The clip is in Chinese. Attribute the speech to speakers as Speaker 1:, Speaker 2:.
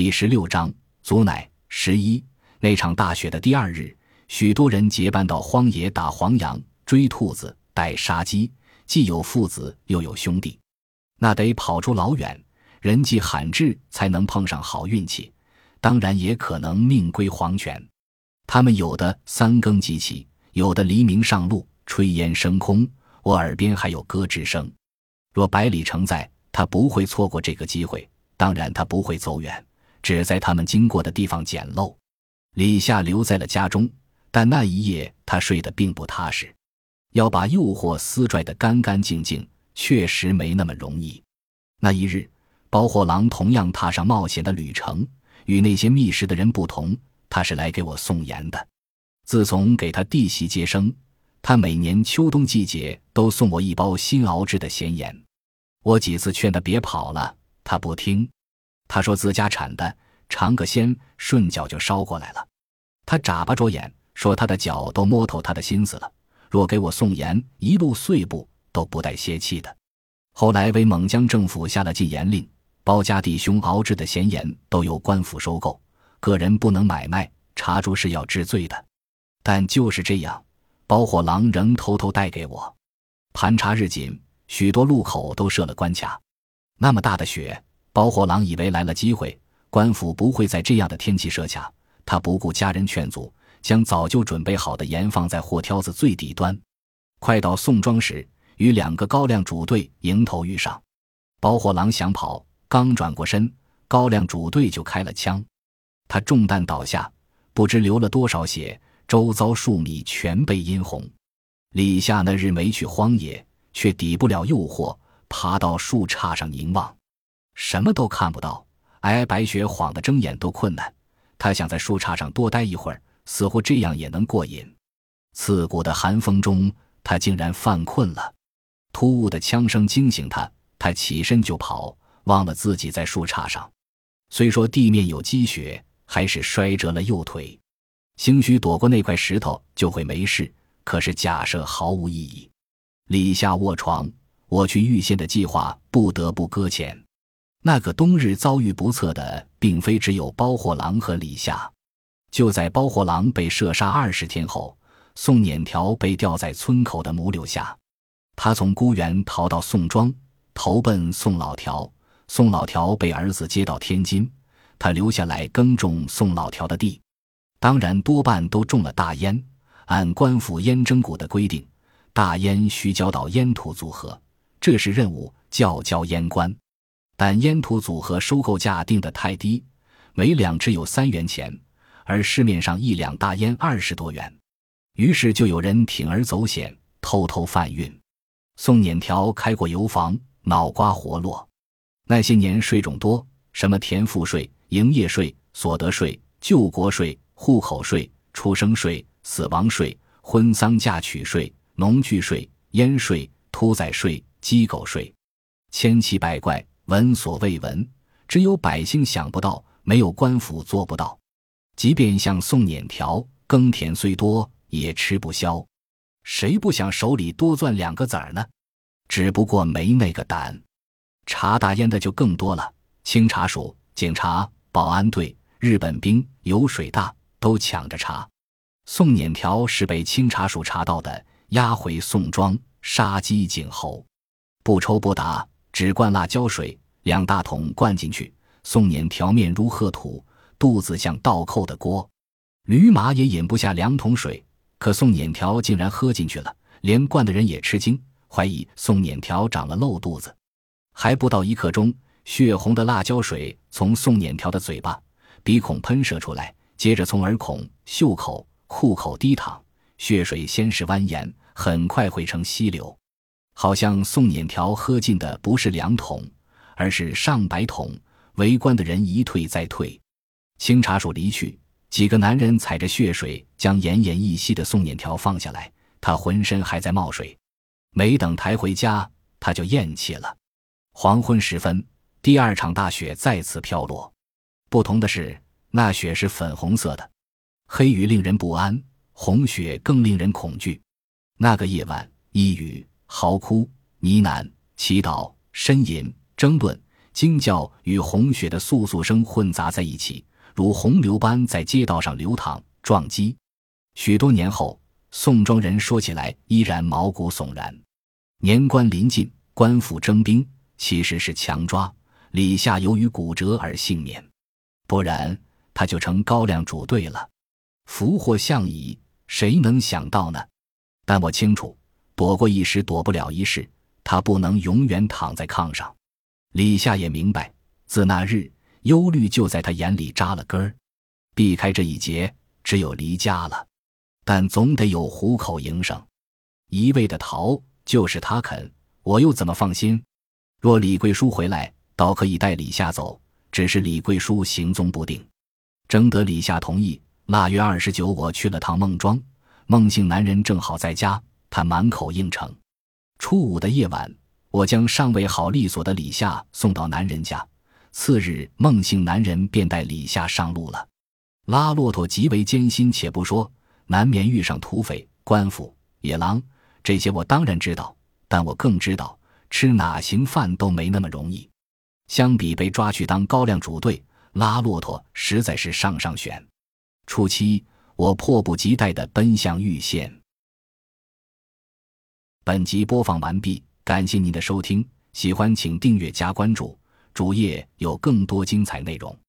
Speaker 1: 第16章祖乃11。那场大雪的第2日，许多人结伴到荒野打黄羊、追兔子、逮杀鸡，既有父子又有兄弟。那得跑出老远，人迹罕至才能碰上好运气，当然也可能命归黄泉。他们有的3更即起，有的黎明上路，炊烟升空，我耳边还有咯吱声。若百里成在，他不会错过这个机会，当然他不会走远，只在他们经过的地方捡漏。李夏留在了家中，但那一夜他睡得并不踏实，要把诱惑撕拽得干干净净，确实没那么容易。那一日，包货郎同样踏上冒险的旅程，与那些觅食的人不同，他是来给我送盐的。自从给他弟媳接生，他每年秋冬季节都送我一包新熬制的咸盐。我几次劝他别跑了，他不听。他说自家产的，尝个鲜，顺脚就捎过来了。他眨巴着眼，说他的脚都摸透他的心思了，若给我送盐，一路碎步都不带歇气的。后来为蒙江政府下了禁盐令，包家弟兄熬制的咸盐都由官府收购，个人不能买卖，查出是要治罪的。但就是这样，包货郎仍偷偷带给我。盘查日紧，许多路口都设了关卡。那么大的雪，包货郎以为来了机会，官府不会在这样的天气设卡，他不顾家人劝阻，将早就准备好的盐放在货挑子最底端。快到宋庄时，与2个高粱主队迎头遇上。包货郎想跑，刚转过身，高粱主队就开了枪。他中弹倒下，不知流了多少血，周遭数米全被殷红。李夏那日没去荒野，却抵不了诱惑，爬到树杈上凝望，什么都看不到，皑皑白雪晃得睁眼都困难。他想在树杈上多待一会儿，似乎这样也能过瘾。刺骨的寒风中，他竟然犯困了。突兀的枪声惊醒他，他起身就跑，忘了自己在树杈上。虽说地面有积雪，还是摔折了右腿。兴许躲过那块石头就会没事，可是假设毫无意义。李夏卧床，我去玉县的计划不得不搁浅。那个冬日遭遇不测的并非只有包货郎和李夏。就在包货郎被射杀20天后，宋撵条被吊在村口的木柳下。他从孤原逃到宋庄，投奔宋老条。宋老条被儿子接到天津，他留下来耕种宋老条的地，当然多半都种了大烟。按官府烟征谷的规定，大烟需交到烟土组合，这是任务，叫交烟官。但烟土组合收购价定得太低，每2只有3元钱，而市面上1两大烟20多元，于是就有人铤而走险，偷偷贩运。宋撵条开过油坊，脑瓜活络。那些年税种多，什么田赋税、营业税、所得税、救国税、户口税、出生税、死亡税、婚丧嫁娶税、农具税、烟税、屠宰税、鸡狗税，千奇百怪，闻所未闻，只有百姓想不到，没有官府做不到。即便像宋撵条，耕田虽多，也吃不消。谁不想手里多攥2个子儿呢？只不过没那个胆。查大烟的就更多了，清查署、警察、保安队、日本兵、油水大都抢着查。宋撵条是被清查署查到的，押回宋庄杀鸡儆猴，不抽不打，只灌辣椒水，2大桶灌进去。宋撵条面如褐土，肚子像倒扣的锅，驴马也饮不下2桶水，可宋撵条竟然喝进去了，连灌的人也吃惊，怀疑宋撵条长了漏肚子。还不到1刻钟，血红的辣椒水从宋撵条的嘴巴、鼻孔喷射出来，接着从耳孔、袖口、裤口滴淌，血水先是蜿蜒，很快汇成溪流。好像宋撵条喝进的不是2桶，而是上百桶，围观的人一退再退。清查署离去，几个男人踩着血水将奄奄一息的宋撵条放下来，他浑身还在冒水，没等抬回家，他就咽气了。黄昏时分，第2场大雪再次飘落。不同的是，那雪是粉红色的。黑雨令人不安，红雪更令人恐惧。那个夜晚，一语、嚎哭、呢喃、祈祷、呻吟、争论， 惊叫与洪雪的簌簌声混杂在一起，如洪流般在街道上流淌撞击。许多年后，宋庄人说起来依然毛骨悚然。年关临近，官府征兵，其实是强抓，李夏由于骨折而幸免，不然他就成高粱主队了。福祸相倚，谁能想到呢？但我清楚，躲过一时躲不了一世，他不能永远躺在炕上。李夏也明白，自那日，忧虑就在他眼里扎了根儿。避开这一劫，只有离家了，但总得有糊口营生。一味的逃，就是他肯，我又怎么放心？若李贵叔回来，倒可以带李夏走，只是李贵叔行踪不定。征得李夏同意，腊月29我去了趟孟庄，孟姓男人正好在家，他满口应承。初5的夜晚，我将尚未好利索的李夏送到男人家，次日孟姓男人便带李夏上路了。拉骆驼极为艰辛，且不说，难免遇上土匪、官府、野狼，这些我当然知道，但我更知道吃哪行饭都没那么容易。相比被抓去当高粱主队，拉骆驼实在是上选。初期，我迫不及待地奔向玉县。本集播放完毕，感谢您的收听，喜欢请订阅加关注，主页有更多精彩内容。